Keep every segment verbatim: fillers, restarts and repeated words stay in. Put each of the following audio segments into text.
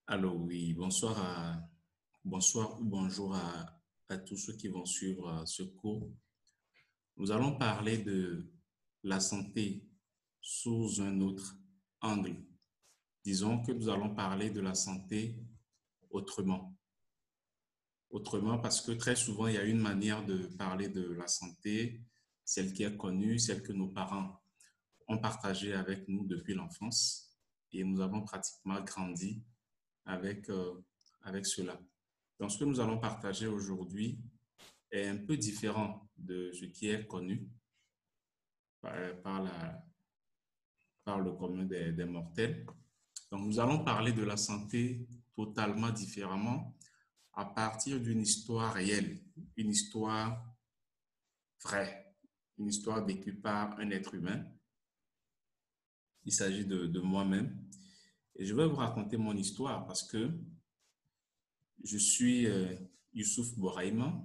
Alors oui, bonsoir à, bonsoir ou bonjour à, à tous ceux qui vont suivre euh, ce cours. Nous allons parler de la santé sous un autre angle. Disons que nous allons parler de la santé autrement. Autrement parce que très souvent, il y a une manière de parler de la santé, celle qui est connue, celle que nos parents ont partagée avec nous depuis l'enfance et nous avons pratiquement grandi avec, euh, avec cela. Donc, ce que nous allons partager aujourd'hui est un peu différent de ce qui est connu par, par, la, par le commun des, des mortels. Donc, nous allons parler de la santé totalement différemment à partir d'une histoire réelle, une histoire vraie, une histoire vécue par un être humain. Il s'agit de, de moi-même. Et je vais vous raconter mon histoire parce que je suis euh, Youssouf Boraïma.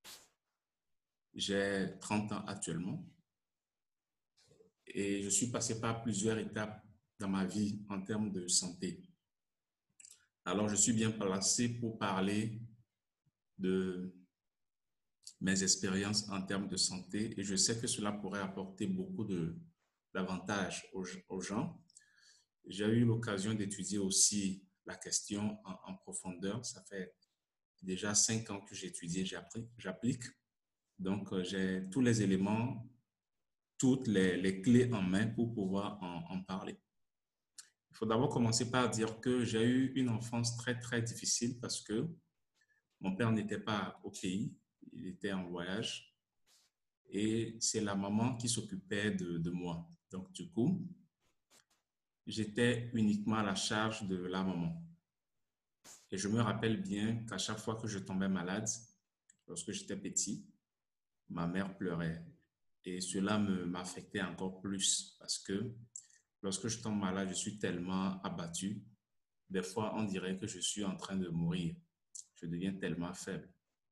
J'ai trente ans actuellement et je suis passé par plusieurs étapes dans ma vie en termes de santé. Alors, je suis bien placé pour parler de mes expériences en termes de santé et je sais que cela pourrait apporter beaucoup de, d'avantages aux, aux gens. J'ai eu l'occasion d'étudier aussi la question en, en profondeur. Ça fait déjà cinq ans que j'étudie, j'applique. Donc, j'ai tous les éléments, toutes les, les clés en main pour pouvoir en, en parler. Il faut d'abord commencer par dire que j'ai eu une enfance très, très difficile parce que mon père n'était pas au pays, il était en voyage et c'est la maman qui s'occupait de, de moi. Donc, du coup, j'étais uniquement à la charge de la maman. Et je me rappelle bien qu'à chaque fois que je tombais malade, lorsque j'étais petit, ma mère pleurait. Et cela me, m'affectait encore plus parce que lorsque je tombe malade, je suis tellement abattu. Des fois, on dirait que je suis en train de mourir. Je deviens tellement faible.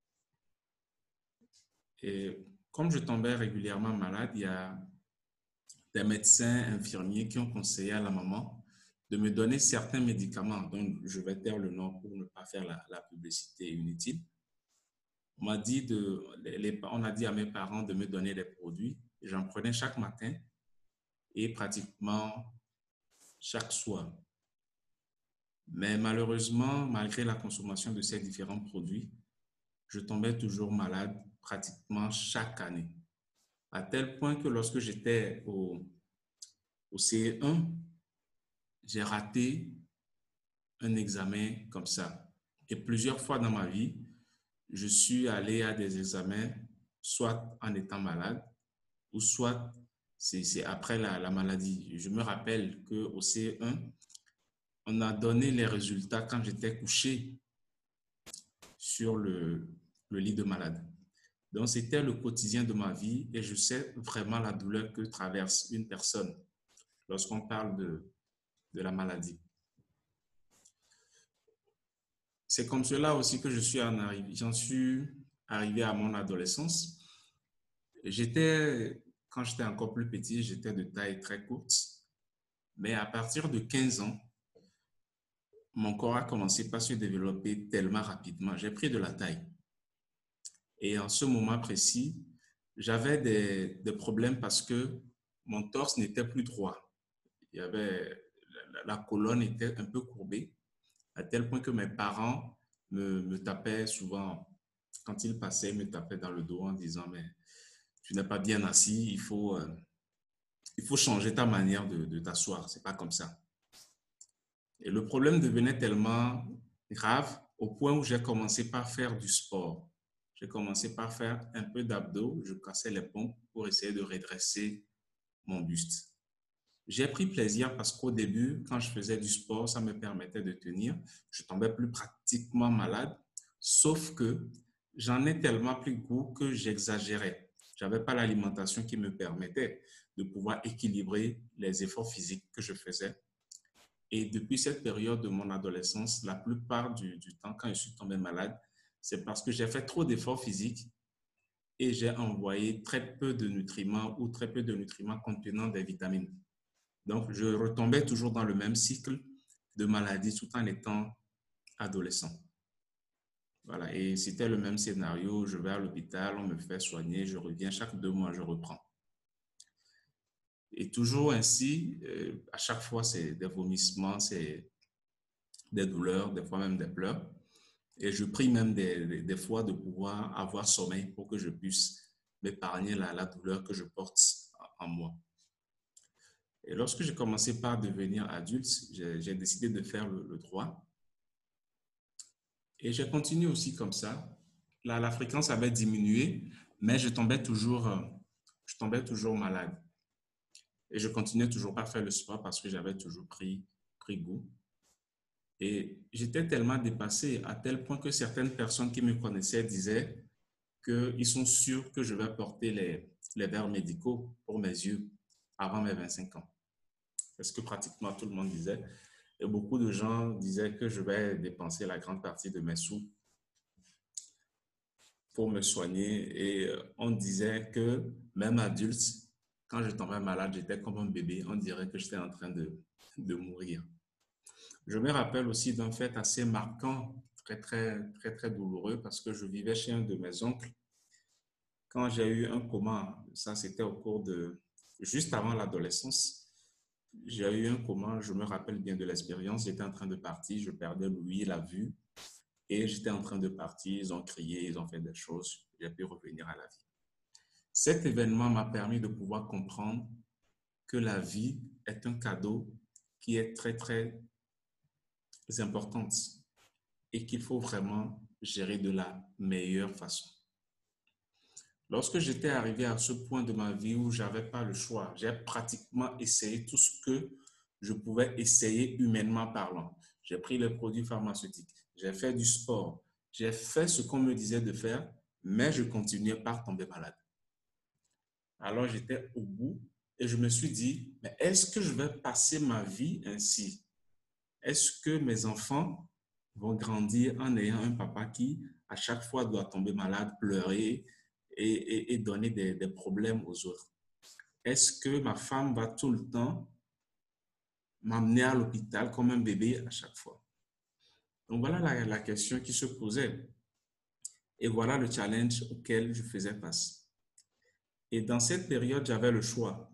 Et comme je tombais régulièrement malade, il y a des médecins infirmiers qui ont conseillé à la maman de me donner certains médicaments dont je vais taire le nom pour ne pas faire la, la publicité inutile. On m'a dit de, les, on a dit à mes parents de me donner des produits. J'en prenais chaque matin et pratiquement chaque soir. Mais malheureusement, malgré la consommation de ces différents produits, je tombais toujours malade pratiquement chaque année. À tel point que lorsque j'étais au, au C E un, j'ai raté un examen comme ça. Et plusieurs fois dans ma vie, je suis allé à des examens, soit en étant malade, ou soit c'est après la, la maladie. Je me rappelle qu'au C E un, on a donné les résultats quand j'étais couché sur le, le lit de malade. Donc, c'était le quotidien de ma vie et je sais vraiment la douleur que traverse une personne lorsqu'on parle de, de la maladie. C'est comme cela aussi que je suis en arrivé, j'en suis arrivé à mon adolescence. J'étais, quand j'étais encore plus petit, j'étais de taille très courte. Mais à partir de quinze ans, mon corps a commencé par se développer tellement rapidement. J'ai pris de la taille. Et en ce moment précis, j'avais des, des problèmes parce que mon torse n'était plus droit. Il y avait, la, la colonne était un peu courbée, à tel point que mes parents me, me tapaient souvent, quand ils passaient, ils me tapaient dans le dos en disant, mais tu n'es pas bien assis, il faut, euh, il faut changer ta manière de, de t'asseoir, c'est pas comme ça. Et le problème devenait tellement grave au point où j'ai commencé par faire du sport. J'ai commencé par faire un peu d'abdos, je cassais les pompes pour essayer de redresser mon buste. J'ai pris plaisir parce qu'au début, quand je faisais du sport, ça me permettait de tenir. Je tombais plus pratiquement malade, sauf que j'en ai tellement pris goût que j'exagérais. Je n'avais pas l'alimentation qui me permettait de pouvoir équilibrer les efforts physiques que je faisais. Et depuis cette période de mon adolescence, la plupart du, du temps, quand je suis tombé malade, c'est parce que j'ai fait trop d'efforts physiques et j'ai envoyé très peu de nutriments ou très peu de nutriments contenant des vitamines. Donc, je retombais toujours dans le même cycle de maladie tout en étant adolescent. Voilà, et c'était le même scénario. Je vais à l'hôpital, on me fait soigner, je reviens, chaque deux mois, je reprends. Et toujours ainsi, euh, à chaque fois, c'est des vomissements, c'est des douleurs, des fois même des pleurs. Et je prie même des, des, des fois de pouvoir avoir sommeil pour que je puisse m'épargner la, la douleur que je porte en moi. Et lorsque j'ai commencé par devenir adulte, j'ai décidé de faire le, le droit. Et j'ai continué aussi comme ça. La, la fréquence avait diminué, mais je tombais toujours, je tombais toujours malade. Et je continuais toujours pas à faire le sport parce que j'avais toujours pris, pris goût. Et j'étais tellement dépassé à tel point que certaines personnes qui me connaissaient disaient qu'ils sont sûrs que je vais porter les, les verres médicaux pour mes yeux avant mes vingt-cinq ans. C'est ce que pratiquement tout le monde disait. Et beaucoup de gens disaient que je vais dépenser la grande partie de mes sous pour me soigner. Et on disait que même adulte, quand je tombais malade, j'étais comme un bébé. On dirait que j'étais en train de, de mourir. Je me rappelle aussi d'un fait assez marquant, très, très, très, très douloureux, parce que je vivais chez un de mes oncles. Quand j'ai eu un coma, ça c'était au cours de, juste avant l'adolescence, j'ai eu un coma, je me rappelle bien de l'expérience, j'étais en train de partir, je perdais l'ouïe, la vue, et j'étais en train de partir, ils ont crié, ils ont fait des choses, j'ai pu revenir à la vie. Cet événement m'a permis de pouvoir comprendre que la vie est un cadeau qui est très, très importante et qu'il faut vraiment gérer de la meilleure façon. Lorsque j'étais arrivé à ce point de ma vie où je n'avais pas le choix, j'ai pratiquement essayé tout ce que je pouvais essayer humainement parlant. J'ai pris les produits pharmaceutiques, j'ai fait du sport, j'ai fait ce qu'on me disait de faire, mais je continuais par tomber malade. Alors j'étais au bout et je me suis dit, mais est-ce que je vais passer ma vie ainsi? Est-ce que mes enfants vont grandir en ayant un papa qui, à chaque fois, doit tomber malade, pleurer et, et, et donner des, des problèmes aux autres? Est-ce que ma femme va tout le temps m'amener à l'hôpital comme un bébé à chaque fois? Donc voilà la, la question qui se posait. Et voilà le challenge auquel je faisais face. Et dans cette période, j'avais le choix.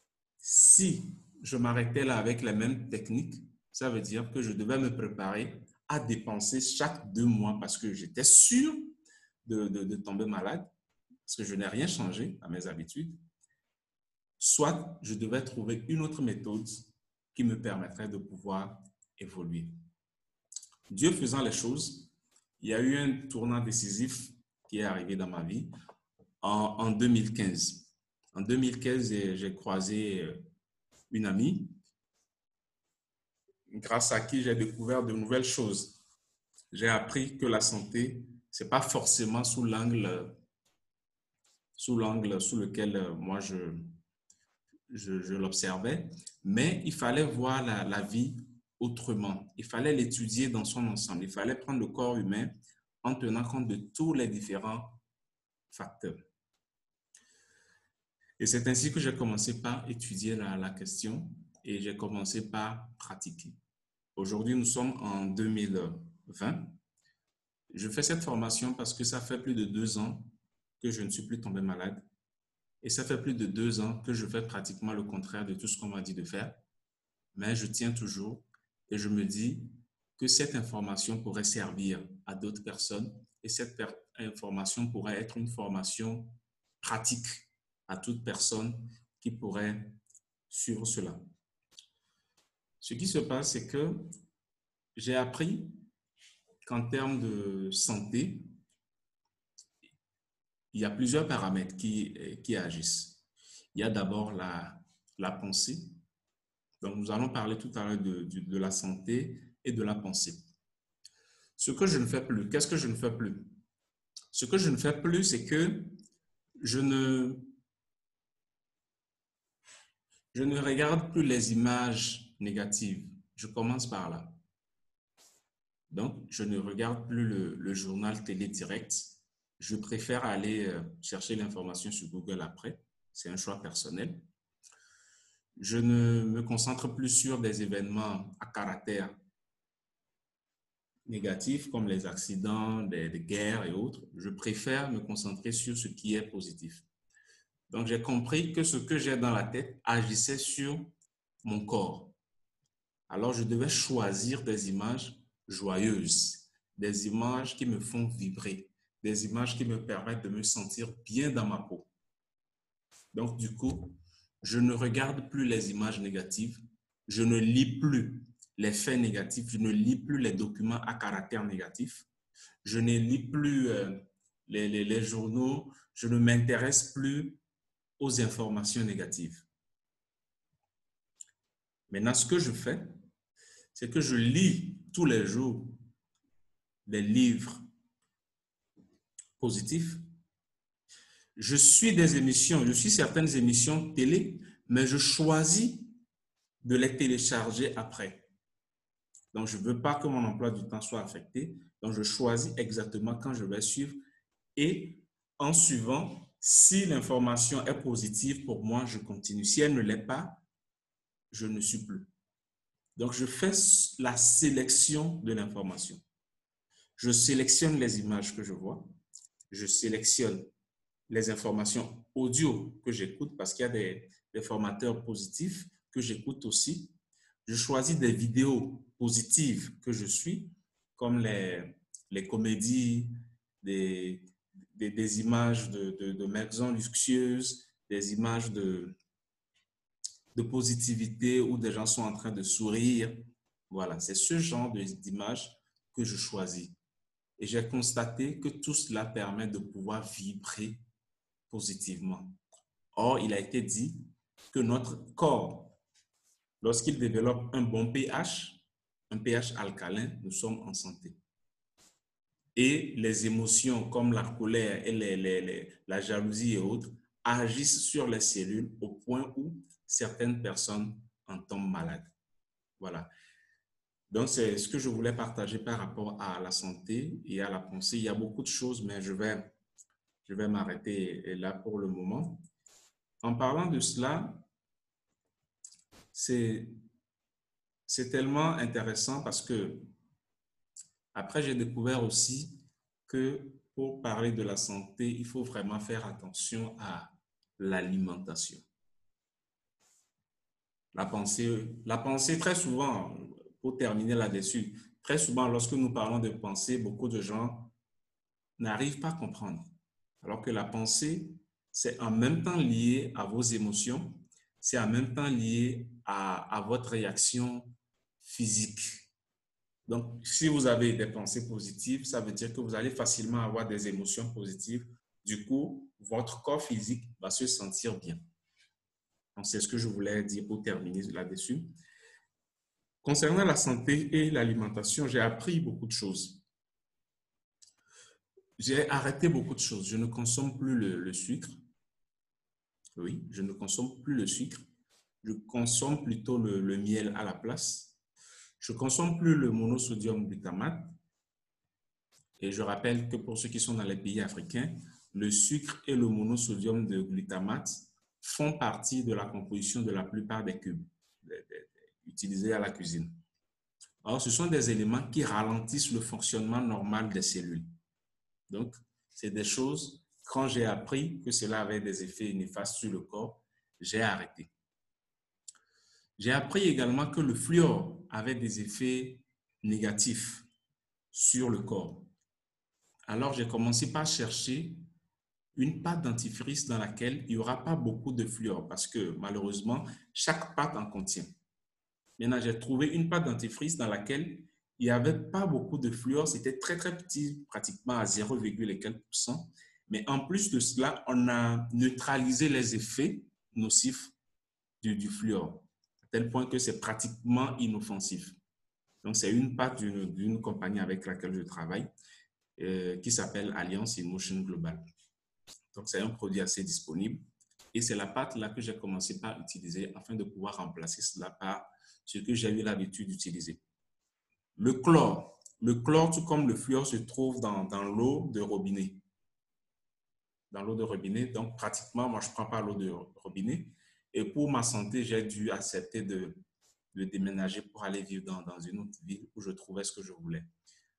Si je m'arrêtais là avec les mêmes techniques, ça veut dire que je devais me préparer à dépenser chaque deux mois parce que j'étais sûr de, de, de tomber malade, parce que je n'ai rien changé à mes habitudes. Soit je devais trouver une autre méthode qui me permettrait de pouvoir évoluer. Dieu faisant les choses, il y a eu un tournant décisif qui est arrivé dans ma vie en, en deux mille quinze. En deux mille quinze, j'ai croisé une amie grâce à qui j'ai découvert de nouvelles choses. J'ai appris que la santé, ce n'est pas forcément sous l'angle sous l'angle sous lequel moi je, je, je l'observais, mais il fallait voir la, la vie autrement. Il fallait l'étudier dans son ensemble. Il fallait prendre le corps humain en tenant compte de tous les différents facteurs. Et c'est ainsi que j'ai commencé par étudier la, la question et j'ai commencé par pratiquer. Aujourd'hui, nous sommes en deux mille vingt. Je fais cette formation parce que ça fait plus de deux ans que je ne suis plus tombé malade. Et ça fait plus de deux ans que je fais pratiquement le contraire de tout ce qu'on m'a dit de faire. Mais je tiens toujours et je me dis que cette information pourrait servir à d'autres personnes et cette information pourrait être une formation pratique à toute personne qui pourrait suivre cela. Ce qui se passe, c'est que j'ai appris qu'en termes de santé, il y a plusieurs paramètres qui, qui agissent. Il y a d'abord la, la pensée. Donc, nous allons parler tout à l'heure de, de, de la santé et de la pensée. Ce que je ne fais plus, qu'est-ce que je ne fais plus? Ce que je ne fais plus, c'est que je ne, je ne regarde plus les images négatives. Je commence par là. Donc, je ne regarde plus le, le journal télé direct. Je préfère aller euh, chercher l'information sur Google après. C'est un choix personnel. Je ne me concentre plus sur des événements à caractère négatifs comme les accidents, des, des guerres et autres. Je préfère me concentrer sur ce qui est positif. Donc, j'ai compris que ce que j'ai dans la tête agissait sur mon corps. Alors, je devais choisir des images joyeuses, des images qui me font vibrer, des images qui me permettent de me sentir bien dans ma peau. Donc, du coup, je ne regarde plus les images négatives, je ne lis plus les faits négatifs, je ne lis plus les documents à caractère négatif, je ne lis plus euh, les, les, les journaux, je ne m'intéresse plus aux informations négatives. Maintenant, ce que je fais, c'est que je lis tous les jours des livres positifs. Je suis des émissions, je suis certaines émissions télé, mais je choisis de les télécharger après. Donc, je ne veux pas que mon emploi du temps soit affecté. Donc, je choisis exactement quand je vais suivre. Et en suivant, si l'information est positive pour moi, je continue. Si elle ne l'est pas, je ne suis plus. Donc, je fais la sélection de l'information. Je sélectionne les images que je vois. Je sélectionne les informations audio que j'écoute parce qu'il y a des, des formateurs positifs que j'écoute aussi. Je choisis des vidéos positives que je suis, comme les, les comédies, des, des, des images de, de, de maisons luxueuses, des images de, de positivité où des gens sont en train de sourire. Voilà, c'est ce genre d'images que je choisis. Et j'ai constaté que tout cela permet de pouvoir vibrer positivement. Or, il a été dit que notre corps, lorsqu'il développe un bon pH, un pH alcalin, nous sommes en santé. Et les émotions comme la colère et les, les, les, la jalousie et autres agissent sur les cellules au point où certaines personnes en tombent malades. Voilà. Donc, c'est ce que je voulais partager par rapport à la santé et à la pensée. Il y a beaucoup de choses, mais je vais, je vais m'arrêter là pour le moment. En parlant de cela, c'est c'est tellement intéressant parce que après, j'ai découvert aussi que pour parler de la santé, il faut vraiment faire attention à l'alimentation. La pensée, la pensée, très souvent, pour terminer là-dessus, très souvent, lorsque nous parlons de pensée, beaucoup de gens n'arrivent pas à comprendre. Alors que la pensée, c'est en même temps lié à vos émotions, c'est en même temps lié à, à votre réaction physique. Donc, si vous avez des pensées positives, ça veut dire que vous allez facilement avoir des émotions positives. Du coup, votre corps physique va se sentir bien. Donc, c'est ce que je voulais dire pour terminer là-dessus. Concernant la santé et l'alimentation, j'ai appris beaucoup de choses. J'ai arrêté beaucoup de choses. Je ne consomme plus le, le sucre. Oui, je ne consomme plus le sucre. Je consomme plutôt le, le miel à la place. Je ne consomme plus le monosodium glutamate. Et je rappelle que pour ceux qui sont dans les pays africains, le sucre et le monosodium de glutamate font partie de la composition de la plupart des cubes utilisés à la cuisine. Alors, ce sont des éléments qui ralentissent le fonctionnement normal des cellules. Donc, c'est des choses, quand j'ai appris que cela avait des effets néfastes sur le corps, j'ai arrêté. J'ai appris également que le fluor avait des effets négatifs sur le corps. Alors, j'ai commencé par chercher une pâte dentifrice dans laquelle il n'y aura pas beaucoup de fluor parce que malheureusement, chaque pâte en contient. Maintenant, j'ai trouvé une pâte dentifrice dans laquelle il n'y avait pas beaucoup de fluor. C'était très, très petit, pratiquement à zéro virgule quelques pourcent. Mais en plus de cela, on a neutralisé les effets nocifs du, du fluor, à tel point que c'est pratiquement inoffensif. Donc, c'est une pâte d'une compagnie avec laquelle je travaille euh, qui s'appelle Alliance Emotion Global. Donc, c'est un produit assez disponible. Et c'est la pâte là que j'ai commencé par utiliser afin de pouvoir remplacer cela par ce que j'ai eu l'habitude d'utiliser. Le chlore. Le chlore, tout comme le fluor, se trouve dans, dans l'eau de robinet. Dans l'eau de robinet. Donc, pratiquement, moi, je ne prends pas l'eau de robinet. Et pour ma santé, j'ai dû accepter de, de déménager pour aller vivre dans, dans une autre ville où je trouvais ce que je voulais.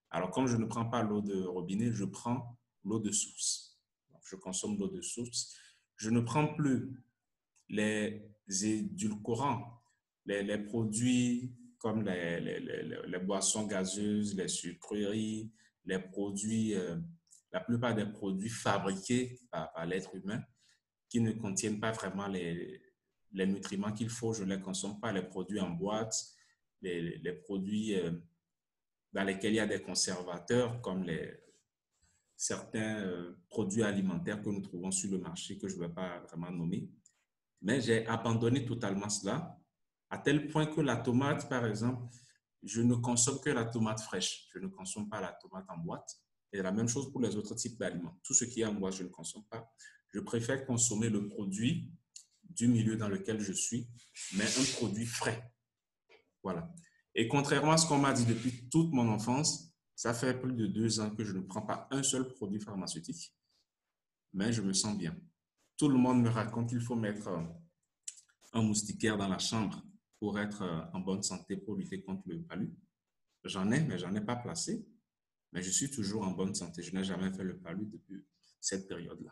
Alors, comme je ne prends pas l'eau de robinet, je prends l'eau de source. Donc, je consomme l'eau de source. Je ne prends plus les édulcorants, les, les produits comme les, les, les, les boissons gazeuses, les sucreries, les produits, euh, la plupart des produits fabriqués par, par l'être humain qui ne contiennent pas vraiment les, les nutriments qu'il faut. Je ne les consomme pas, les produits en boîte, les, les produits euh, dans lesquels il y a des conservateurs comme les, certains euh, produits alimentaires que nous trouvons sur le marché que je ne vais pas vraiment nommer. Mais j'ai abandonné totalement cela, à tel point que la tomate, par exemple, je ne consomme que la tomate fraîche. Je ne consomme pas la tomate en boîte. Et la même chose pour les autres types d'aliments. Tout ce qui est en boîte, je ne consomme pas. Je préfère consommer le produit du milieu dans lequel je suis, mais un produit frais. Voilà. Et contrairement à ce qu'on m'a dit depuis toute mon enfance, ça fait plus de deux ans que je ne prends pas un seul produit pharmaceutique, mais je me sens bien. Tout le monde me raconte qu'il faut mettre un moustiquaire dans la chambre pour être en bonne santé, pour lutter contre le palu. J'en ai, mais j'en ai pas placé. Mais je suis toujours en bonne santé. Je n'ai jamais fait le palu depuis cette période-là.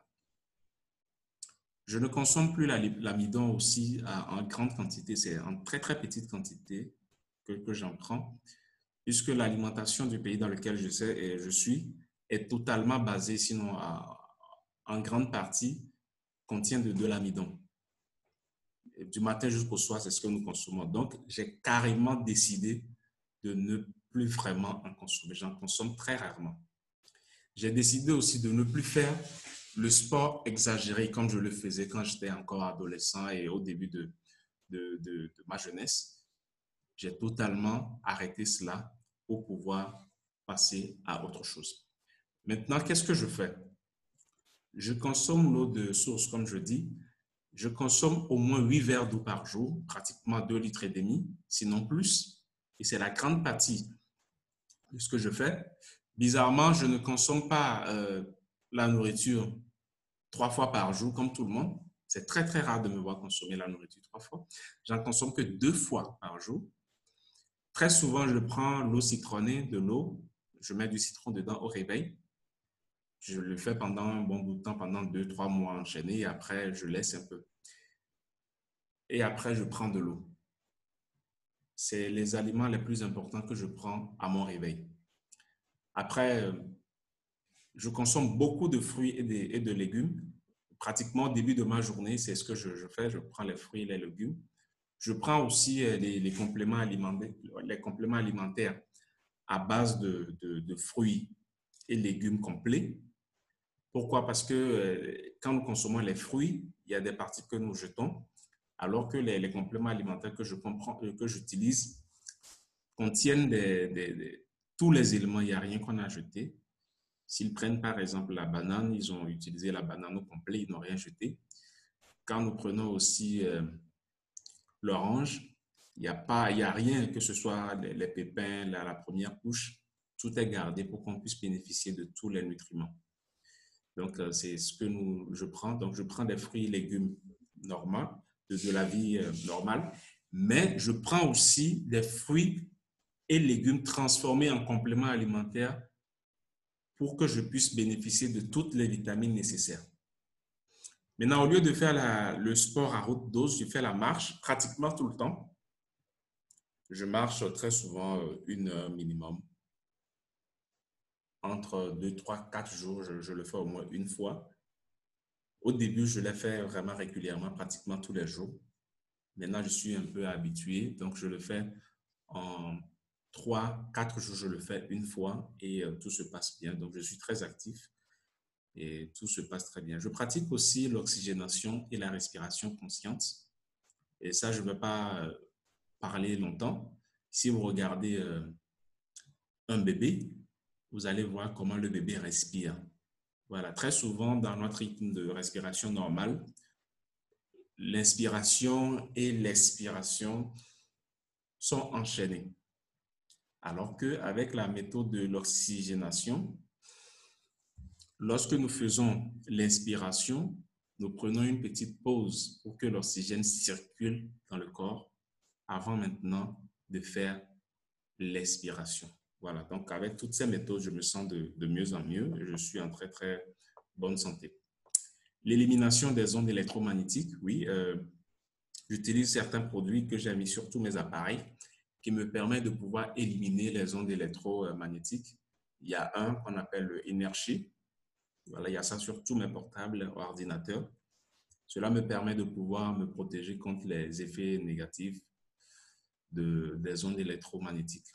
Je ne consomme plus l'amidon aussi en grande quantité. C'est en très, très petite quantité que, que j'en prends, puisque l'alimentation du pays dans lequel je, sais et je suis est totalement basée, sinon à, en grande partie, contient de, de l'amidon. Du matin jusqu'au soir, c'est ce que nous consommons. Donc, j'ai carrément décidé de ne plus vraiment en consommer. J'en consomme très rarement. J'ai décidé aussi de ne plus faire le sport exagéré comme je le faisais quand j'étais encore adolescent et au début de, de, de, de ma jeunesse. J'ai totalement arrêté cela pour pouvoir passer à autre chose. Maintenant, qu'est-ce que je fais? Je consomme l'eau de source, comme je dis. Je consomme au moins huit verres d'eau par jour, pratiquement deux litres et demi, sinon plus. Et c'est la grande partie de ce que je fais. Bizarrement, je ne consomme pas euh, la nourriture trois fois par jour comme tout le monde. C'est très, très rare de me voir consommer la nourriture trois fois. J'en consomme que deux fois par jour. Très souvent, je prends l'eau citronnée, de l'eau. Je mets du citron dedans au réveil. Je le fais pendant un bon bout de temps, pendant deux, trois mois enchaînés. Et après, je laisse un peu. Et après, je prends de l'eau. C'est les aliments les plus importants que je prends à mon réveil. Après, je consomme beaucoup de fruits et de, et de légumes. Pratiquement au début de ma journée, c'est ce que je, je fais. Je prends les fruits et les légumes. Je prends aussi les, les, compléments, alimentaires, les compléments alimentaires à base de, de, de fruits et légumes complets. Pourquoi? Parce que euh, quand nous consommons les fruits, il y a des parties que nous jetons, alors que les, les compléments alimentaires que je comprends, euh, que j'utilise contiennent des, des, des, tous les éléments. Il n'y a rien qu'on a jeté. S'ils prennent par exemple la banane, ils ont utilisé la banane au complet, ils n'ont rien jeté. Quand nous prenons aussi euh, l'orange, il n'y a pas, il y a rien, que ce soit les, les pépins, la, la première couche, tout est gardé pour qu'on puisse bénéficier de tous les nutriments. Donc, euh, c'est ce que nous, je prends. Donc, je prends des fruits et légumes normaux, de, de la vie euh, normale, mais je prends aussi des fruits et légumes transformés en compléments alimentaires pour que je puisse bénéficier de toutes les vitamines nécessaires. Maintenant, au lieu de faire la, le sport à haute dose, je fais la marche pratiquement tout le temps. Je marche très souvent une heure minimum. Entre deux, trois, quatre jours, je, je le fais au moins une fois. Au début, je l'ai fait vraiment régulièrement, pratiquement tous les jours. Maintenant, je suis un peu habitué, donc je le fais en trois, quatre jours, je le fais une fois et euh, tout se passe bien. Donc, je suis très actif et tout se passe très bien. Je pratique aussi l'oxygénation et la respiration consciente. Et ça, je ne vais pas euh, parler longtemps. Si vous regardez euh, un bébé, vous allez voir comment le bébé respire. Voilà, très souvent, dans notre rythme de respiration normale, l'inspiration et l'expiration sont enchaînées. Alors qu'avec la méthode de l'oxygénation, lorsque nous faisons l'inspiration, nous prenons une petite pause pour que l'oxygène circule dans le corps avant maintenant de faire l'expiration. Voilà, donc avec toutes ces méthodes, je me sens de, de mieux en mieux et je suis en très, très bonne santé. L'élimination des ondes électromagnétiques, oui, euh, j'utilise certains produits que j'ai mis sur tous mes appareils qui me permettent de pouvoir éliminer les ondes électromagnétiques. Il y a un qu'on appelle le Energy. Voilà, il y a ça sur tous mes portables ou ordinateurs. Cela me permet de pouvoir me protéger contre les effets négatifs de, des ondes électromagnétiques.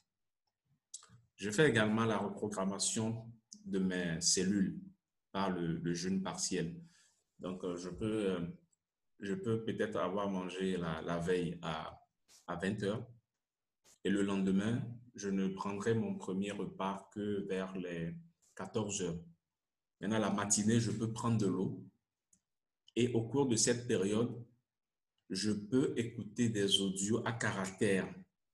Je fais également la reprogrammation de mes cellules par le, le jeûne partiel. Donc, euh, je peux, euh, je peux peut-être avoir mangé la, la veille à, à vingt heures et le lendemain, je ne prendrai mon premier repas que vers les quatorze heures. Maintenant, la matinée, je peux prendre de l'eau et au cours de cette période, je peux écouter des audios à caractère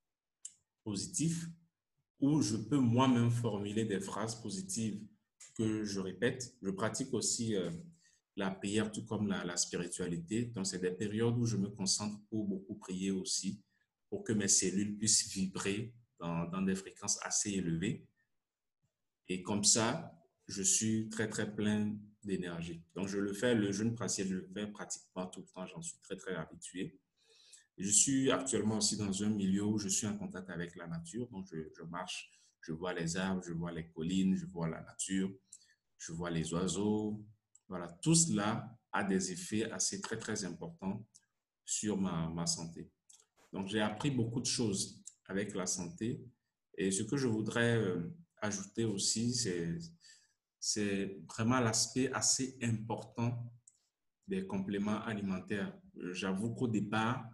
positif où je peux moi-même formuler des phrases positives que je répète. Je pratique aussi euh, la prière, tout comme la, la spiritualité. Donc, c'est des périodes où je me concentre pour beaucoup prier aussi, pour que mes cellules puissent vibrer dans, dans des fréquences assez élevées. Et comme ça, je suis très, très plein d'énergie. Donc, je le fais, le jeûne partiel, je le fais pratiquement tout le temps. J'en suis très, très habitué. Je suis actuellement aussi dans un milieu où je suis en contact avec la nature. Donc, je, je marche, je vois les arbres, je vois les collines, je vois la nature, je vois les oiseaux. Voilà, tout cela a des effets assez très, très importants sur ma, ma santé. Donc, j'ai appris beaucoup de choses avec la santé. Et ce que je voudrais euh, ajouter aussi, c'est, c'est vraiment l'aspect assez important des compléments alimentaires. J'avoue qu'au départ,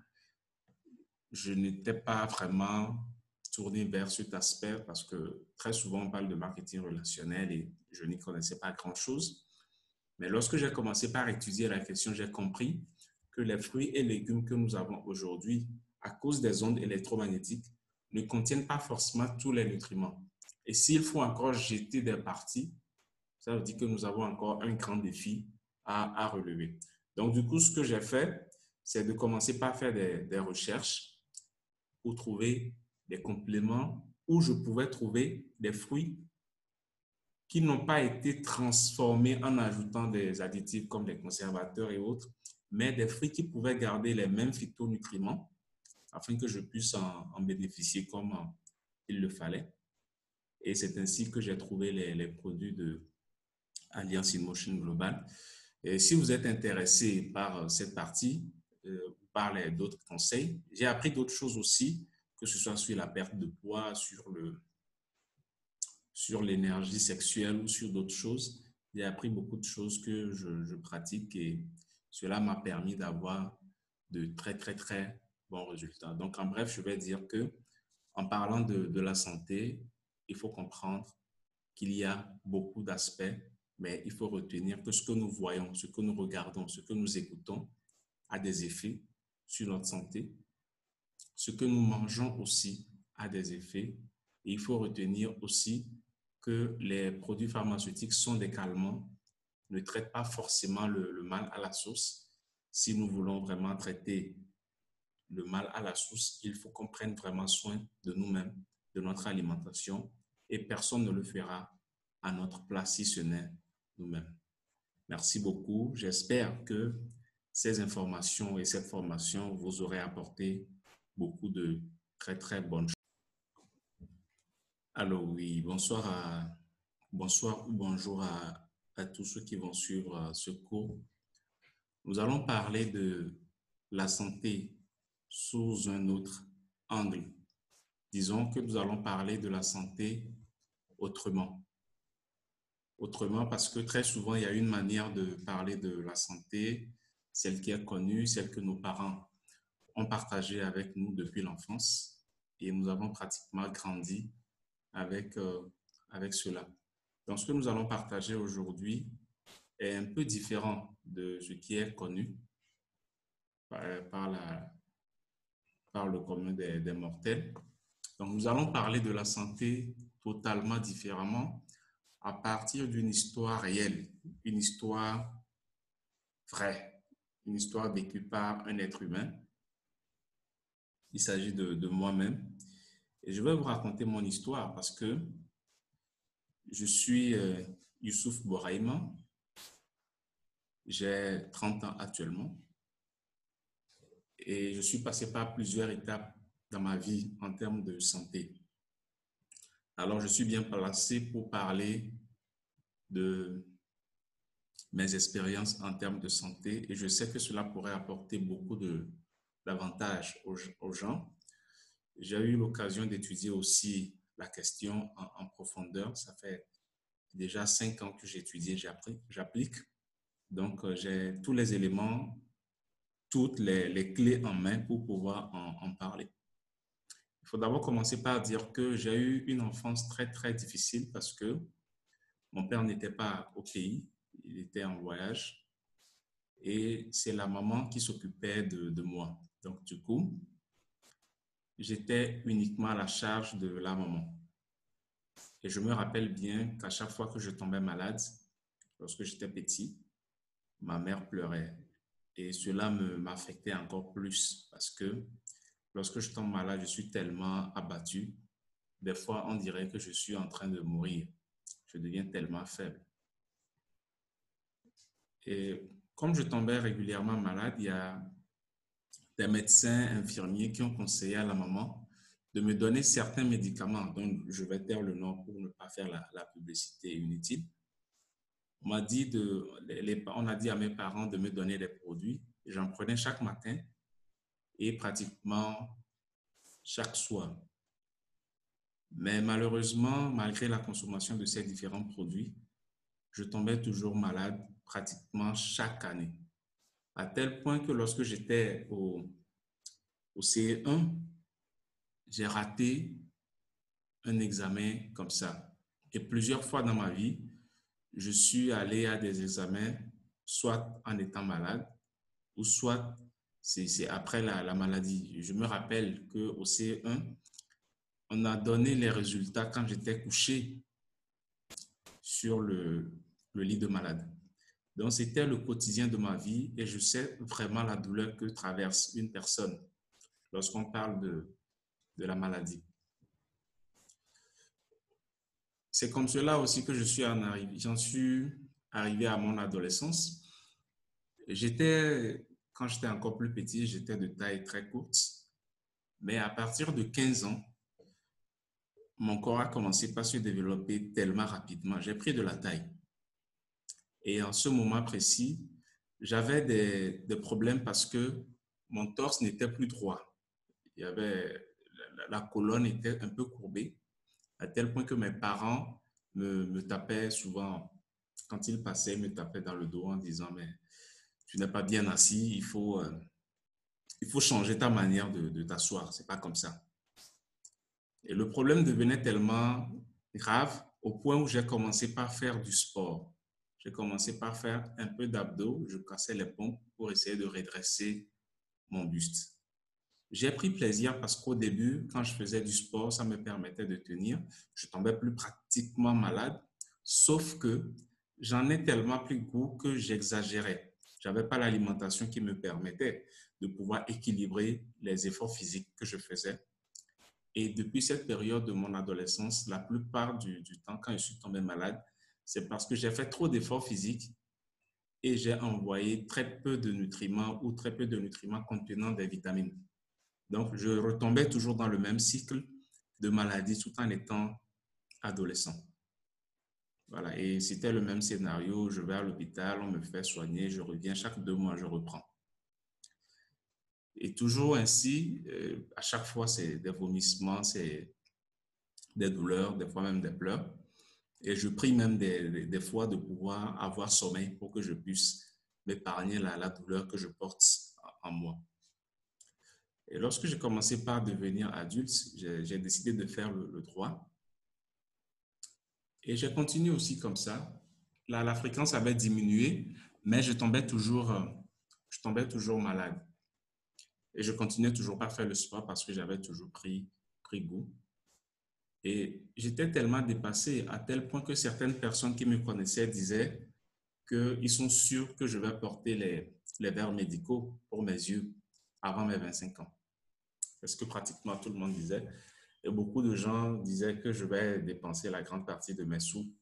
je n'étais pas vraiment tourné vers cet aspect parce que très souvent on parle de marketing relationnel et je n'y connaissais pas grand-chose. Mais lorsque j'ai commencé par étudier la question, j'ai compris que les fruits et légumes que nous avons aujourd'hui, à cause des ondes électromagnétiques, ne contiennent pas forcément tous les nutriments. Et s'il faut encore jeter des parties, ça veut dire que nous avons encore un grand défi à, à relever. Donc, du coup, ce que j'ai fait, c'est de commencer par faire des, des recherches pour trouver des compléments où je pouvais trouver des fruits qui n'ont pas été transformés en ajoutant des additifs comme des conservateurs et autres, mais des fruits qui pouvaient garder les mêmes phytonutriments afin que je puisse en, en bénéficier comme il le fallait. Et c'est ainsi que j'ai trouvé les, les produits de Alliance InMotion Global. Et si vous êtes intéressé par cette partie, euh, par d'autres conseils, j'ai appris d'autres choses aussi, que ce soit sur la perte de poids, sur le, sur l'énergie sexuelle ou sur d'autres choses. J'ai appris beaucoup de choses que je, je pratique et cela m'a permis d'avoir de très, très, très bons résultats. Donc, en bref, je vais dire que en parlant de, de la santé, il faut comprendre qu'il y a beaucoup d'aspects, mais il faut retenir que ce que nous voyons, ce que nous regardons, ce que nous écoutons a des effets sur notre santé. Ce que nous mangeons aussi a des effets. Et il faut retenir aussi que les produits pharmaceutiques sont des calmants, ne traitent pas forcément le, le mal à la source. Si nous voulons vraiment traiter le mal à la source, il faut qu'on prenne vraiment soin de nous-mêmes, de notre alimentation, et personne ne le fera à notre place si ce n'est nous-mêmes. Merci beaucoup. J'espère que ces informations et cette formation vous auraient apporté beaucoup de très, très bonnes choses. Alors oui, bonsoir, à, bonsoir ou bonjour à, à tous ceux qui vont suivre ce cours. Nous allons parler de la santé sous un autre angle. Disons que nous allons parler de la santé autrement. Autrement parce que très souvent, il y a une manière de parler de la santé, celle qui est connue, celle que nos parents ont partagée avec nous depuis l'enfance et nous avons pratiquement grandi avec, euh, avec cela. Donc, ce que nous allons partager aujourd'hui est un peu différent de ce qui est connu par, par, la, par le commun des, des mortels. Donc, nous allons parler de la santé totalement différemment à partir d'une histoire réelle, une histoire vraie, une histoire vécue par un être humain. Il s'agit de, de moi-même. Et je vais vous raconter mon histoire parce que je suis euh, Youssouf Boraïma, j'ai trente ans actuellement et je suis passé par plusieurs étapes dans ma vie en termes de santé. Alors, je suis bien placé pour parler de mes expériences en termes de santé et je sais que cela pourrait apporter beaucoup de, d'avantages aux, aux gens. J'ai eu l'occasion d'étudier aussi la question en, en profondeur. Ça fait déjà cinq ans que j'étudie et j'applique. Donc, euh, j'ai tous les éléments, toutes les, les clés en main pour pouvoir en, en parler. Il faut d'abord commencer par dire que j'ai eu une enfance très, très difficile parce que mon père n'était pas au pays, il était en voyage et c'est la maman qui s'occupait de, de moi. Donc, du coup, j'étais uniquement à la charge de la maman. Et je me rappelle bien qu'à chaque fois que je tombais malade, lorsque j'étais petit, ma mère pleurait. Et cela me m'affectait encore plus parce que lorsque je tombe malade, je suis tellement abattu. Des fois, on dirait que je suis en train de mourir. Je deviens tellement faible. Et comme je tombais régulièrement malade, il y a des médecins infirmiers qui ont conseillé à la maman de me donner certains médicaments dont je vais taire le nom pour ne pas faire la, la publicité inutile. On m'a dit de, les, on a dit à mes parents de me donner des produits. J'en prenais chaque matin et pratiquement chaque soir. Mais malheureusement, malgré la consommation de ces différents produits, je tombais toujours malade pratiquement chaque année. À tel point que lorsque j'étais au, au C E un, j'ai raté un examen comme ça. Et plusieurs fois dans ma vie, je suis allé à des examens, soit en étant malade, ou soit c'est après la, la maladie. Je me rappelle qu'au C E un, on a donné les résultats quand j'étais couché sur le, le lit de malade. Donc, c'était le quotidien de ma vie et je sais vraiment la douleur que traverse une personne lorsqu'on parle de, de la maladie. C'est comme cela aussi que je suis en arrivé, j'en suis arrivé à mon adolescence. J'étais, quand j'étais encore plus petit, j'étais de taille très courte. Mais à partir de quinze ans, mon corps a commencé par se développer tellement rapidement. J'ai pris de la taille. Et en ce moment précis, j'avais des, des problèmes parce que mon torse n'était plus droit. Il y avait, la, la colonne était un peu courbée, à tel point que mes parents me, me tapaient souvent. Quand ils passaient, ils me tapaient dans le dos en disant, mais tu n'es pas bien assis, il faut, euh, il faut changer ta manière de, de t'asseoir. C'est pas comme ça. Et le problème devenait tellement grave au point où j'ai commencé par faire du sport. J'ai commencé par faire un peu d'abdos, je cassais les pompes pour essayer de redresser mon buste. J'ai pris plaisir parce qu'au début, quand je faisais du sport, ça me permettait de tenir. Je tombais plus pratiquement malade, sauf que j'en ai tellement pris goût que j'exagérais. Je n'avais pas l'alimentation qui me permettait de pouvoir équilibrer les efforts physiques que je faisais. Et depuis cette période de mon adolescence, la plupart du, du temps, quand je suis tombé malade, c'est parce que j'ai fait trop d'efforts physiques et j'ai envoyé très peu de nutriments ou très peu de nutriments contenant des vitamines. Donc, je retombais toujours dans le même cycle de maladie tout en étant adolescent. Voilà, et c'était le même scénario. Je vais à l'hôpital, on me fait soigner, je reviens chaque deux mois, je reprends. Et toujours ainsi, euh, à chaque fois, c'est des vomissements, c'est des douleurs, des fois même des pleurs. Et je prie même des, des, des fois de pouvoir avoir sommeil pour que je puisse m'épargner la, la douleur que je porte en moi. Et lorsque j'ai commencé par devenir adulte, j'ai décidé de faire le, le droit. Et j'ai continué aussi comme ça. La, la fréquence avait diminué, mais je tombais toujours, je tombais toujours malade. Et je continuais toujours par faire le sport parce que j'avais toujours pris, pris goût. Et j'étais tellement dépassé à tel point que certaines personnes qui me connaissaient disaient qu'ils sont sûrs que je vais porter les, les verres médicaux pour mes yeux avant mes vingt-cinq ans. C'est ce que pratiquement tout le monde disait. Et beaucoup de gens disaient que je vais dépenser la grande partie de mes sous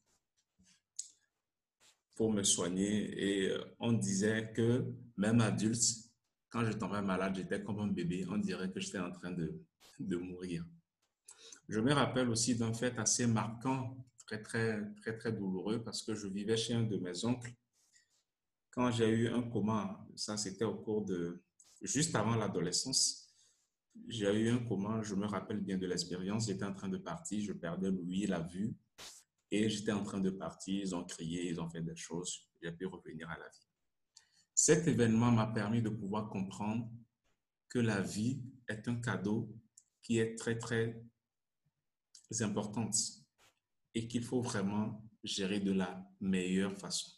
pour me soigner. Et on disait que même adulte, quand je tombais malade, j'étais comme un bébé. On dirait que j'étais en train de, de mourir. Je me rappelle aussi d'un fait assez marquant, très, très, très, très douloureux, parce que je vivais chez un de mes oncles. Quand j'ai eu un coma, ça c'était au cours de, juste avant l'adolescence, j'ai eu un coma, je me rappelle bien de l'expérience, j'étais en train de partir, je perdais l'ouïe, la vue, et j'étais en train de partir, ils ont crié, ils ont fait des choses, j'ai pu revenir à la vie. Cet événement m'a permis de pouvoir comprendre que la vie est un cadeau qui est très, très importante et qu'il faut vraiment gérer de la meilleure façon.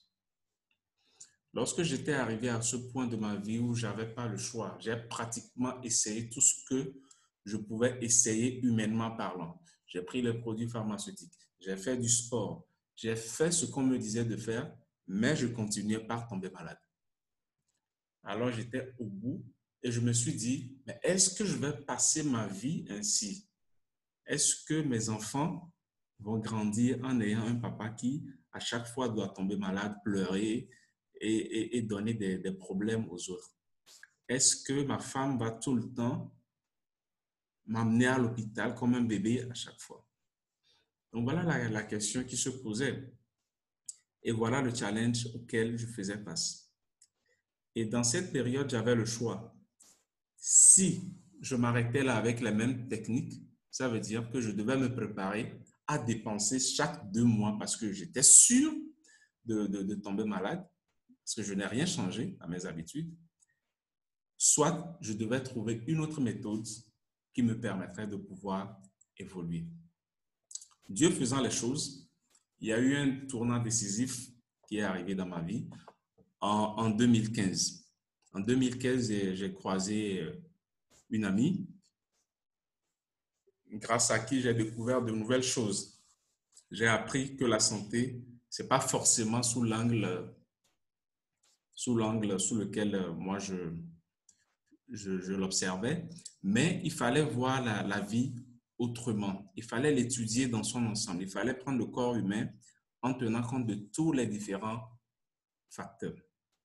Lorsque j'étais arrivé à ce point de ma vie où je n'avais pas le choix, j'ai pratiquement essayé tout ce que je pouvais essayer humainement parlant. J'ai pris les produits pharmaceutiques, j'ai fait du sport, j'ai fait ce qu'on me disait de faire, mais je continuais par tomber malade. Alors j'étais au bout et je me suis dit, mais est-ce que je vais passer ma vie ainsi? Est-ce que mes enfants vont grandir en ayant un papa qui, à chaque fois, doit tomber malade, pleurer et, et, et donner des, des problèmes aux autres? Est-ce que ma femme va tout le temps m'amener à l'hôpital comme un bébé à chaque fois? Donc voilà la, la question qui se posait. Et voilà le challenge auquel je faisais face. Et dans cette période, j'avais le choix. Si je m'arrêtais là avec les mêmes techniques, ça veut dire que je devais me préparer à dépenser chaque deux mois parce que j'étais sûr de, de, de tomber malade, parce que je n'ai rien changé à mes habitudes. Soit je devais trouver une autre méthode qui me permettrait de pouvoir évoluer. Dieu faisant les choses, il y a eu un tournant décisif qui est arrivé dans ma vie en, en deux mille quinze. En deux mille quinze, j'ai croisé une amie grâce à qui j'ai découvert de nouvelles choses. J'ai appris que la santé, ce n'est pas forcément sous l'angle sous l'angle sous lequel moi je, je, je l'observais, mais il fallait voir la, la vie autrement. Il fallait l'étudier dans son ensemble. Il fallait prendre le corps humain en tenant compte de tous les différents facteurs.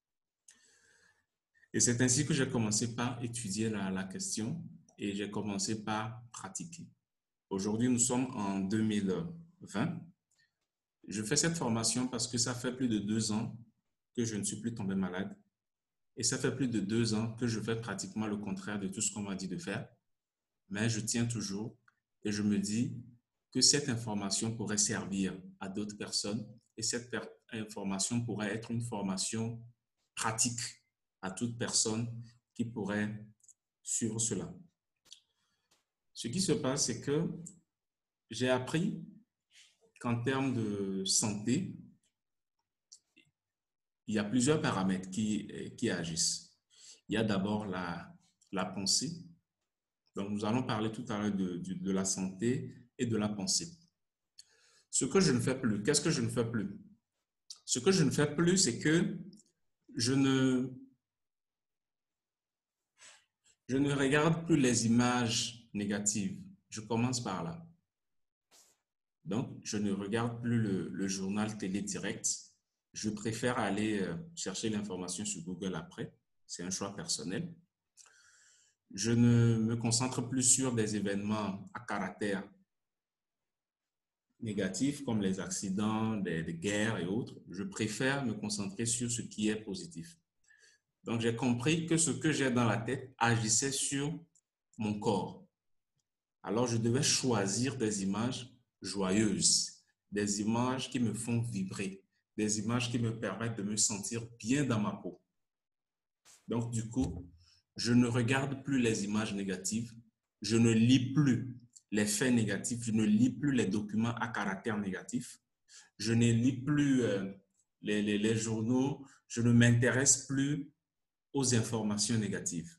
Et c'est ainsi que j'ai commencé par étudier la, la question et j'ai commencé par pratiquer. Aujourd'hui, nous sommes en deux mille vingt. Je fais cette formation parce que ça fait plus de deux ans que je ne suis plus tombé malade. Et ça fait plus de deux ans que je fais pratiquement le contraire de tout ce qu'on m'a dit de faire. Mais je tiens toujours et je me dis que cette information pourrait servir à d'autres personnes et cette information pourrait être une formation pratique à toute personne qui pourrait suivre cela. Ce qui se passe, c'est que j'ai appris qu'en termes de santé, il y a plusieurs paramètres qui, qui agissent. Il y a d'abord la, la pensée. Donc, nous allons parler tout à l'heure de, de, de la santé et de la pensée. Ce que je ne fais plus, qu'est-ce que je ne fais plus? Ce que je ne fais plus, c'est que je ne, je ne regarde plus les images négatives. Je commence par là. Donc, je ne regarde plus le, le journal télé direct. Je préfère aller euh, chercher l'information sur Google après. C'est un choix personnel. Je ne me concentre plus sur des événements à caractère négatif comme les accidents, des, des guerres et autres. Je préfère me concentrer sur ce qui est positif. Donc, j'ai compris que ce que j'ai dans la tête agissait sur mon corps. Alors, je devais choisir des images joyeuses, des images qui me font vibrer, des images qui me permettent de me sentir bien dans ma peau. Donc, du coup, je ne regarde plus les images négatives, je ne lis plus les faits négatifs, je ne lis plus les documents à caractère négatif, je ne lis plus euh, les, les, les journaux, je ne m'intéresse plus aux informations négatives.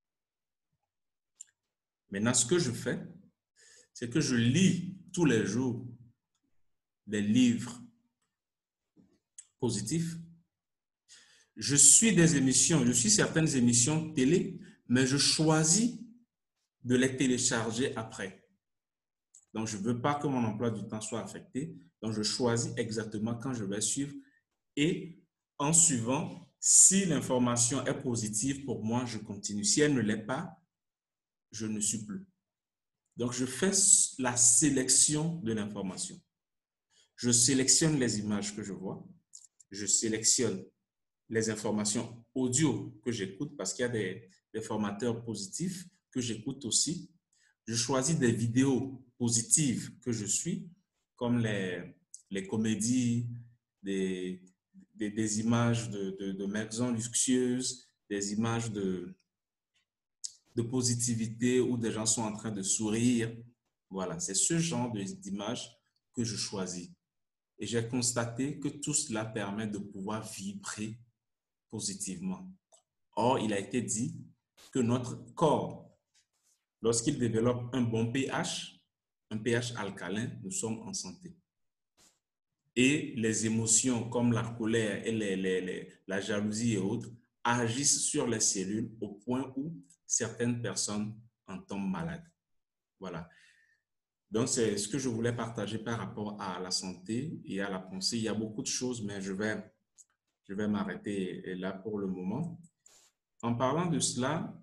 Maintenant, ce que je fais, c'est que je lis tous les jours des livres positifs. Je suis des émissions, je suis certaines émissions télé, mais je choisis de les télécharger après. Donc, je ne veux pas que mon emploi du temps soit affecté. Donc, je choisis exactement quand je vais suivre. Et en suivant, si l'information est positive pour moi, je continue. Si elle ne l'est pas, je ne suis plus. Donc, je fais la sélection de l'information. Je sélectionne les images que je vois. Je sélectionne les informations audio que j'écoute parce qu'il y a des, des formateurs positifs que j'écoute aussi. Je choisis des vidéos positives que je suis, comme les, les comédies, des, des, des images de, de, de maisons luxueuses, des images de, de positivité où des gens sont en train de sourire. Voilà, c'est ce genre d'images que je choisis. Et j'ai constaté que tout cela permet de pouvoir vibrer positivement. Or, il a été dit que notre corps, lorsqu'il développe un bon pH, un pH alcalin, nous sommes en santé. Et les émotions comme la colère et les, les, les, la jalousie et autres agissent sur les cellules au point où certaines personnes en tombent malades. Voilà. Donc, c'est ce que je voulais partager par rapport à la santé et à la pensée. Il y a beaucoup de choses, mais je vais, je vais m'arrêter là pour le moment. En parlant de cela,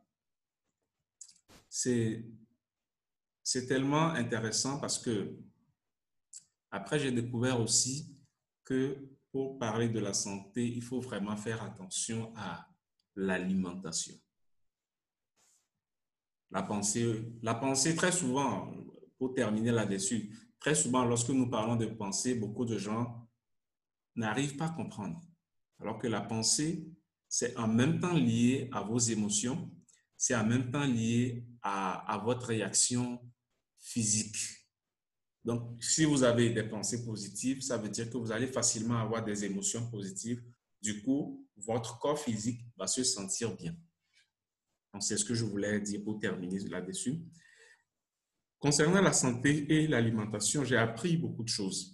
c'est c'est tellement intéressant parce que après, j'ai découvert aussi que pour parler de la santé, il faut vraiment faire attention à l'alimentation. La pensée, la pensée, très souvent, pour terminer là-dessus, très souvent, lorsque nous parlons de pensée, beaucoup de gens n'arrivent pas à comprendre. Alors que la pensée, c'est en même temps lié à vos émotions, c'est en même temps lié à, à votre réaction physique. Donc, si vous avez des pensées positives, ça veut dire que vous allez facilement avoir des émotions positives. Du coup, votre corps physique va se sentir bien. Donc, c'est ce que je voulais dire pour terminer là-dessus. Concernant la santé et l'alimentation, j'ai appris beaucoup de choses.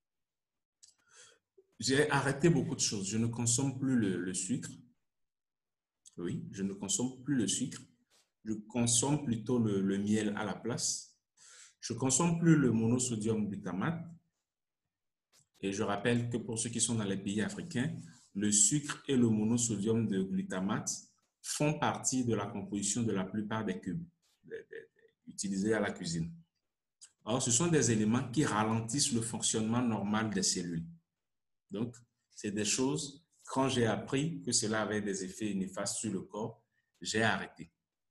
J'ai arrêté beaucoup de choses. Je ne consomme plus le, le sucre. Oui, je ne consomme plus le sucre. Je consomme plutôt le, le miel à la place. Je ne consomme plus le monosodium glutamate. Et je rappelle que pour ceux qui sont dans les pays africains, le sucre et le monosodium de glutamate font partie de la composition de la plupart des cubes utilisés à la cuisine. Alors, ce sont des éléments qui ralentissent le fonctionnement normal des cellules. Donc, c'est des choses, quand j'ai appris que cela avait des effets néfastes sur le corps, j'ai arrêté.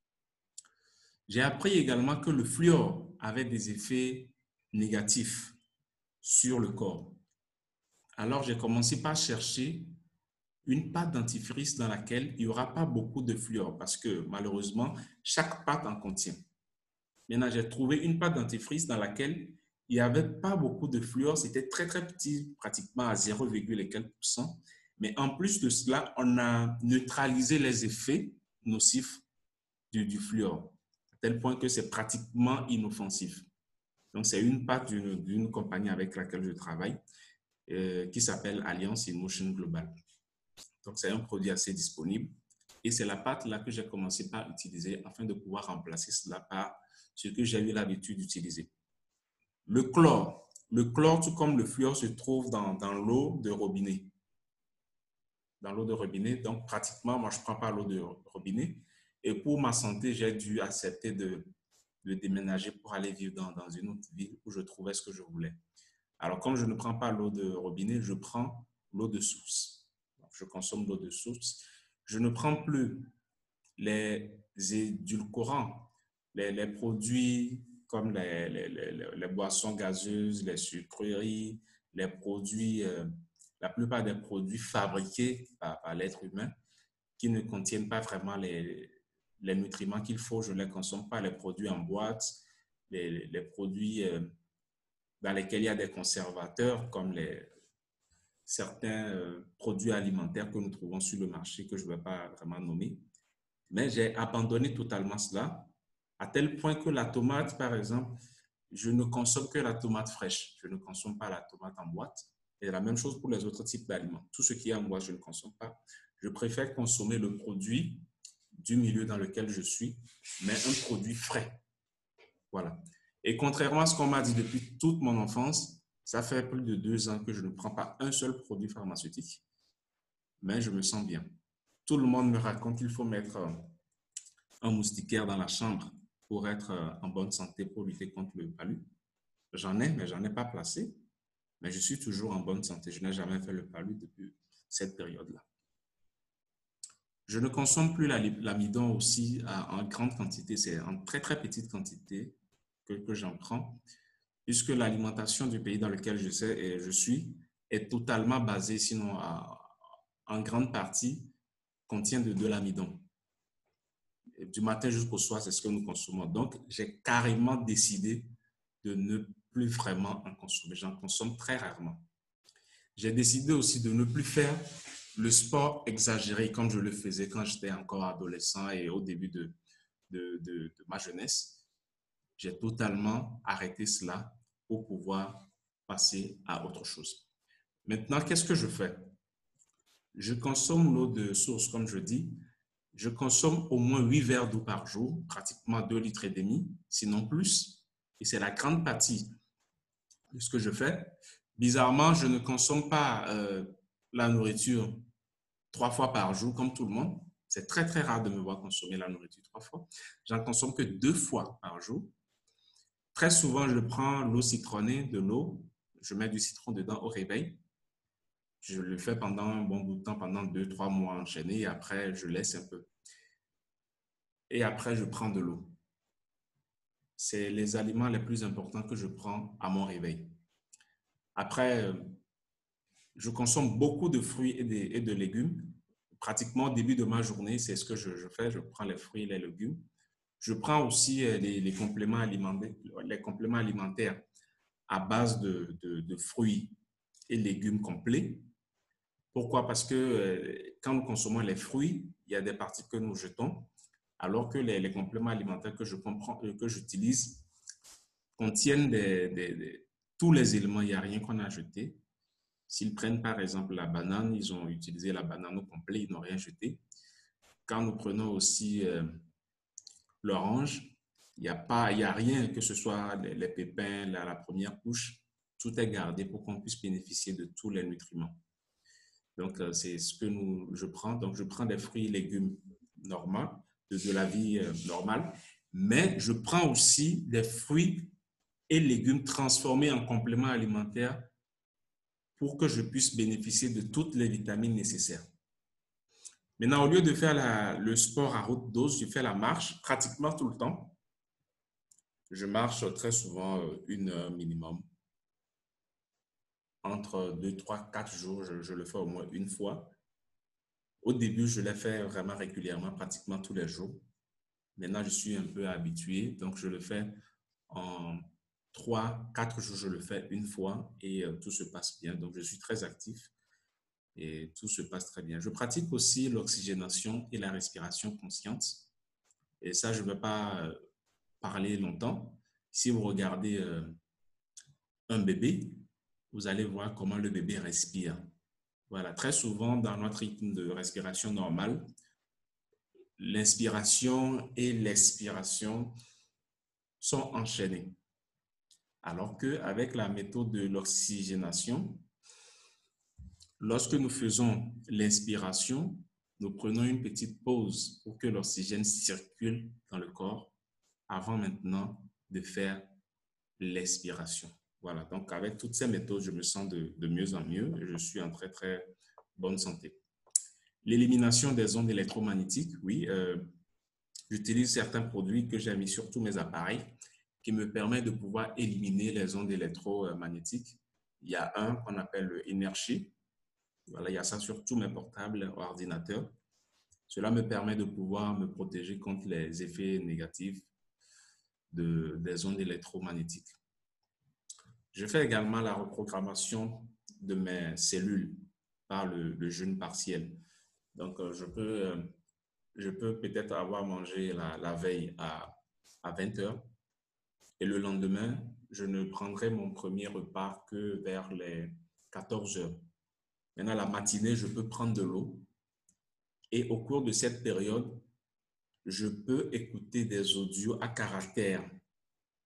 J'ai appris également que le fluor avait des effets négatifs sur le corps. Alors, j'ai commencé par chercher une pâte dentifrice dans laquelle il n'y aura pas beaucoup de fluor parce que malheureusement, chaque pâte en contient. Maintenant, j'ai trouvé une pâte dentifrice dans laquelle il n'y avait pas beaucoup de fluor. C'était très, très petit, pratiquement à zéro virgule quelques pourcent. Mais en plus de cela, on a neutralisé les effets nocifs du, du fluor, à tel point que c'est pratiquement inoffensif. Donc, c'est une pâte d'une compagnie avec laquelle je travaille euh, qui s'appelle Alliance Emotion Global. Donc, c'est un produit assez disponible. Et c'est la pâte là que j'ai commencé par utiliser afin de pouvoir remplacer cela par ce que j'ai eu l'habitude d'utiliser. Le chlore. Le chlore, tout comme le fluor, se trouve dans, dans l'eau de robinet. Dans l'eau de robinet. Donc, pratiquement, moi, je ne prends pas l'eau de robinet. Et pour ma santé, j'ai dû accepter de, de déménager pour aller vivre dans, dans une autre ville où je trouvais ce que je voulais. Alors, comme je ne prends pas l'eau de robinet, je prends l'eau de source. Donc, je consomme l'eau de source. Je ne prends plus les édulcorants, les, les produits comme les, les, les, les boissons gazeuses, les sucreries, les produits, euh, la plupart des produits fabriqués par, par l'être humain qui ne contiennent pas vraiment les, les nutriments qu'il faut. Je ne les consomme pas, les produits en boîte, les, les produits euh, dans lesquels il y a des conservateurs comme les, certains euh, produits alimentaires que nous trouvons sur le marché que je ne vais pas vraiment nommer. Mais j'ai abandonné totalement cela, à tel point que la tomate, par exemple, je ne consomme que la tomate fraîche. Je ne consomme pas la tomate en boîte. Et la même chose pour les autres types d'aliments. Tout ce qui est en boîte, je ne consomme pas. Je préfère consommer le produit du milieu dans lequel je suis, mais un produit frais. Voilà. Et contrairement à ce qu'on m'a dit depuis toute mon enfance, ça fait plus de deux ans que je ne prends pas un seul produit pharmaceutique, mais je me sens bien. Tout le monde me raconte qu'il faut mettre un moustiquaire dans la chambre pour être en bonne santé, pour lutter contre le palu. J'en ai, mais j'en ai pas placé. Mais je suis toujours en bonne santé. Je n'ai jamais fait le palu depuis cette période-là. Je ne consomme plus l'amidon aussi en grande quantité. C'est en très, très petite quantité que, que j'en prends, puisque l'alimentation du pays dans lequel je, sais et je suis est totalement basée, sinon à, en grande partie, contient de, de l'amidon. Du matin jusqu'au soir, c'est ce que nous consommons. Donc, j'ai carrément décidé de ne plus vraiment en consommer. J'en consomme très rarement. J'ai décidé aussi de ne plus faire le sport exagéré comme je le faisais quand j'étais encore adolescent et au début de, de, de, de ma jeunesse. J'ai totalement arrêté cela pour pouvoir passer à autre chose. Maintenant, qu'est-ce que je fais? Je consomme l'eau de source, comme je dis. Je consomme au moins huit verres d'eau par jour, pratiquement deux litres et demi, sinon plus. Et c'est la grande partie de ce que je fais. Bizarrement, je ne consomme pas euh, la nourriture trois fois par jour comme tout le monde. C'est très, très rare de me voir consommer la nourriture trois fois. J'en consomme que deux fois par jour. Très souvent, je prends l'eau citronnée, de l'eau. Je mets du citron dedans au réveil. Je le fais pendant un bon bout de temps, pendant deux, trois mois enchaînés. Et après, je laisse un peu. Et après, je prends de l'eau. C'est les aliments les plus importants que je prends à mon réveil. Après, je consomme beaucoup de fruits et de, et de légumes. Pratiquement au début de ma journée, c'est ce que je, je fais. Je prends les fruits et les légumes. Je prends aussi les, les, compléments, alimentaires, les compléments alimentaires à base de, de, de fruits et légumes complets. Pourquoi? Parce que euh, quand nous consommons les fruits, il y a des parties que nous jetons, alors que les, les compléments alimentaires que je comprends, que j'utilise contiennent des, des, des, tous les éléments. Il n'y a rien qu'on a jeté. S'ils prennent par exemple la banane, ils ont utilisé la banane au complet, ils n'ont rien jeté. Quand nous prenons aussi euh, l'orange, il n'y a pas, il y a rien, que ce soit les, les pépins, la, la première couche, tout est gardé pour qu'on puisse bénéficier de tous les nutriments. Donc, euh, c'est ce que nous, je prends. Donc, je prends des fruits et légumes normaux, de, de la vie euh, normale, mais je prends aussi des fruits et légumes transformés en compléments alimentaires pour que je puisse bénéficier de toutes les vitamines nécessaires. Maintenant, au lieu de faire la, le sport à haute dose, je fais la marche pratiquement tout le temps. Je marche très souvent une heure minimum. Entre deux, trois, quatre jours, je, je le fais au moins une fois. Au début, je l'ai fait vraiment régulièrement, pratiquement tous les jours. Maintenant, je suis un peu habitué, donc je le fais en trois, quatre jours, je le fais une fois et euh, tout se passe bien. Donc, je suis très actif et tout se passe très bien. Je pratique aussi l'oxygénation et la respiration consciente. Et ça, je ne vais pas euh, parler longtemps. Si vous regardez euh, un bébé, vous allez voir comment le bébé respire. Voilà, très souvent dans notre rythme de respiration normale, l'inspiration et l'expiration sont enchaînées. Alors qu'avec la méthode de l'oxygénation, lorsque nous faisons l'inspiration, nous prenons une petite pause pour que l'oxygène circule dans le corps avant maintenant de faire l'expiration. Voilà, donc avec toutes ces méthodes, je me sens de, de mieux en mieux et je suis en très, très bonne santé. L'élimination des ondes électromagnétiques, oui, euh, j'utilise certains produits que j'ai mis sur tous mes appareils qui me permettent de pouvoir éliminer les ondes électromagnétiques. Il y a un qu'on appelle le Energy. Voilà, il y a ça sur tous mes portables ou ordinateurs. Cela me permet de pouvoir me protéger contre les effets négatifs de, des ondes électromagnétiques. Je fais également la reprogrammation de mes cellules par le, le jeûne partiel. Donc, euh, je peux, euh, je peux peut-être avoir mangé la, la veille à, à vingt heures et le lendemain, je ne prendrai mon premier repas que vers les quatorze heures. Maintenant, la matinée, je peux prendre de l'eau et au cours de cette période, je peux écouter des audios à caractère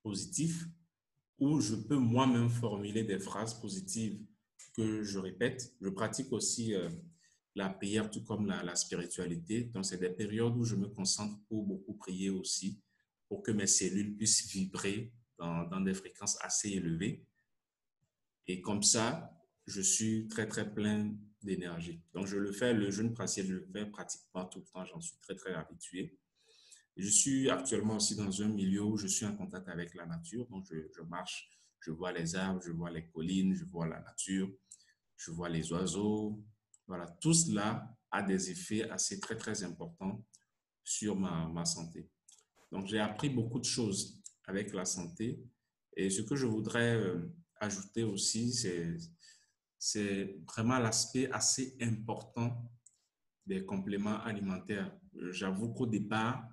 positif où je peux moi-même formuler des phrases positives que je répète. Je pratique aussi euh, la prière, tout comme la, la spiritualité. Donc, c'est des périodes où je me concentre pour beaucoup prier aussi, pour que mes cellules puissent vibrer dans, dans des fréquences assez élevées. Et comme ça, je suis très, très plein d'énergie. Donc, je le fais, le jeûne partiel, je le fais pratiquement tout le temps. J'en suis très, très habitué. Je suis actuellement aussi dans un milieu où je suis en contact avec la nature. Donc, je, je marche, je vois les arbres, je vois les collines, je vois la nature, je vois les oiseaux. Voilà, tout cela a des effets assez très, très importants sur ma, ma santé. Donc, j'ai appris beaucoup de choses avec la santé. Et ce que je voudrais euh, ajouter aussi, c'est, c'est vraiment l'aspect assez important des compléments alimentaires. J'avoue qu'au départ,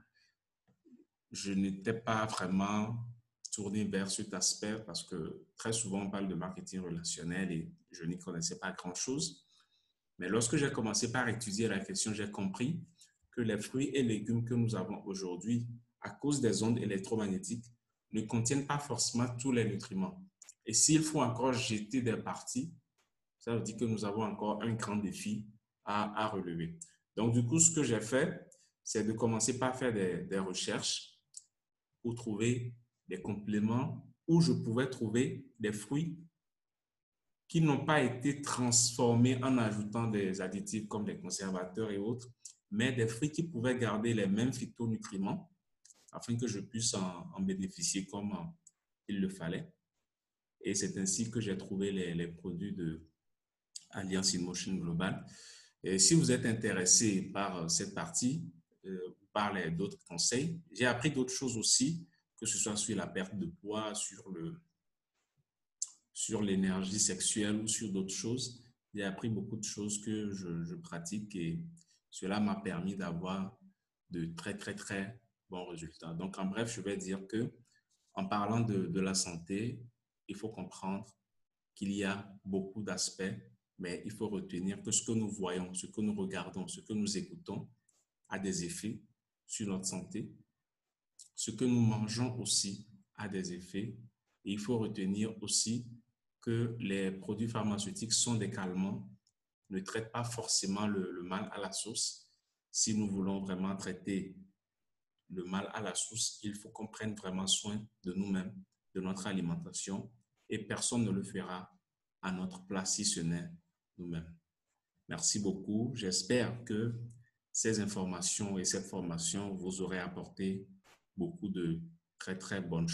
je n'étais pas vraiment tourné vers cet aspect parce que très souvent on parle de marketing relationnel et je n'y connaissais pas grand-chose. Mais lorsque j'ai commencé par étudier la question, j'ai compris que les fruits et légumes que nous avons aujourd'hui, à cause des ondes électromagnétiques, ne contiennent pas forcément tous les nutriments. Et s'il faut encore jeter des parties, ça veut dire que nous avons encore un grand défi à, à relever. Donc, du coup, ce que j'ai fait, c'est de commencer par faire des, des recherches pour trouver des compléments où je pouvais trouver des fruits qui n'ont pas été transformés en ajoutant des additifs comme des conservateurs et autres, mais des fruits qui pouvaient garder les mêmes phytonutriments afin que je puisse en, en bénéficier comme il le fallait. Et c'est ainsi que j'ai trouvé les, les produits de Alliance in Motion Global. Et si vous êtes intéressé par cette partie, euh, par d'autres conseils, j'ai appris d'autres choses aussi, que ce soit sur la perte de poids, sur le, sur l'énergie sexuelle ou sur d'autres choses. J'ai appris beaucoup de choses que je, je pratique et cela m'a permis d'avoir de très, très, très bons résultats. Donc, en bref, je vais dire que en parlant de, de la santé, il faut comprendre qu'il y a beaucoup d'aspects, mais il faut retenir que ce que nous voyons, ce que nous regardons, ce que nous écoutons a des effets sur notre santé. Ce que nous mangeons aussi a des effets. Et il faut retenir aussi que les produits pharmaceutiques sont des calmants, ne traitent pas forcément le, le mal à la source. Si nous voulons vraiment traiter le mal à la source, il faut qu'on prenne vraiment soin de nous-mêmes, de notre alimentation, et personne ne le fera à notre place si ce n'est nous-mêmes. Merci beaucoup. J'espère que ces informations et cette formation vous auraient apporté beaucoup de très, très bonnes choses.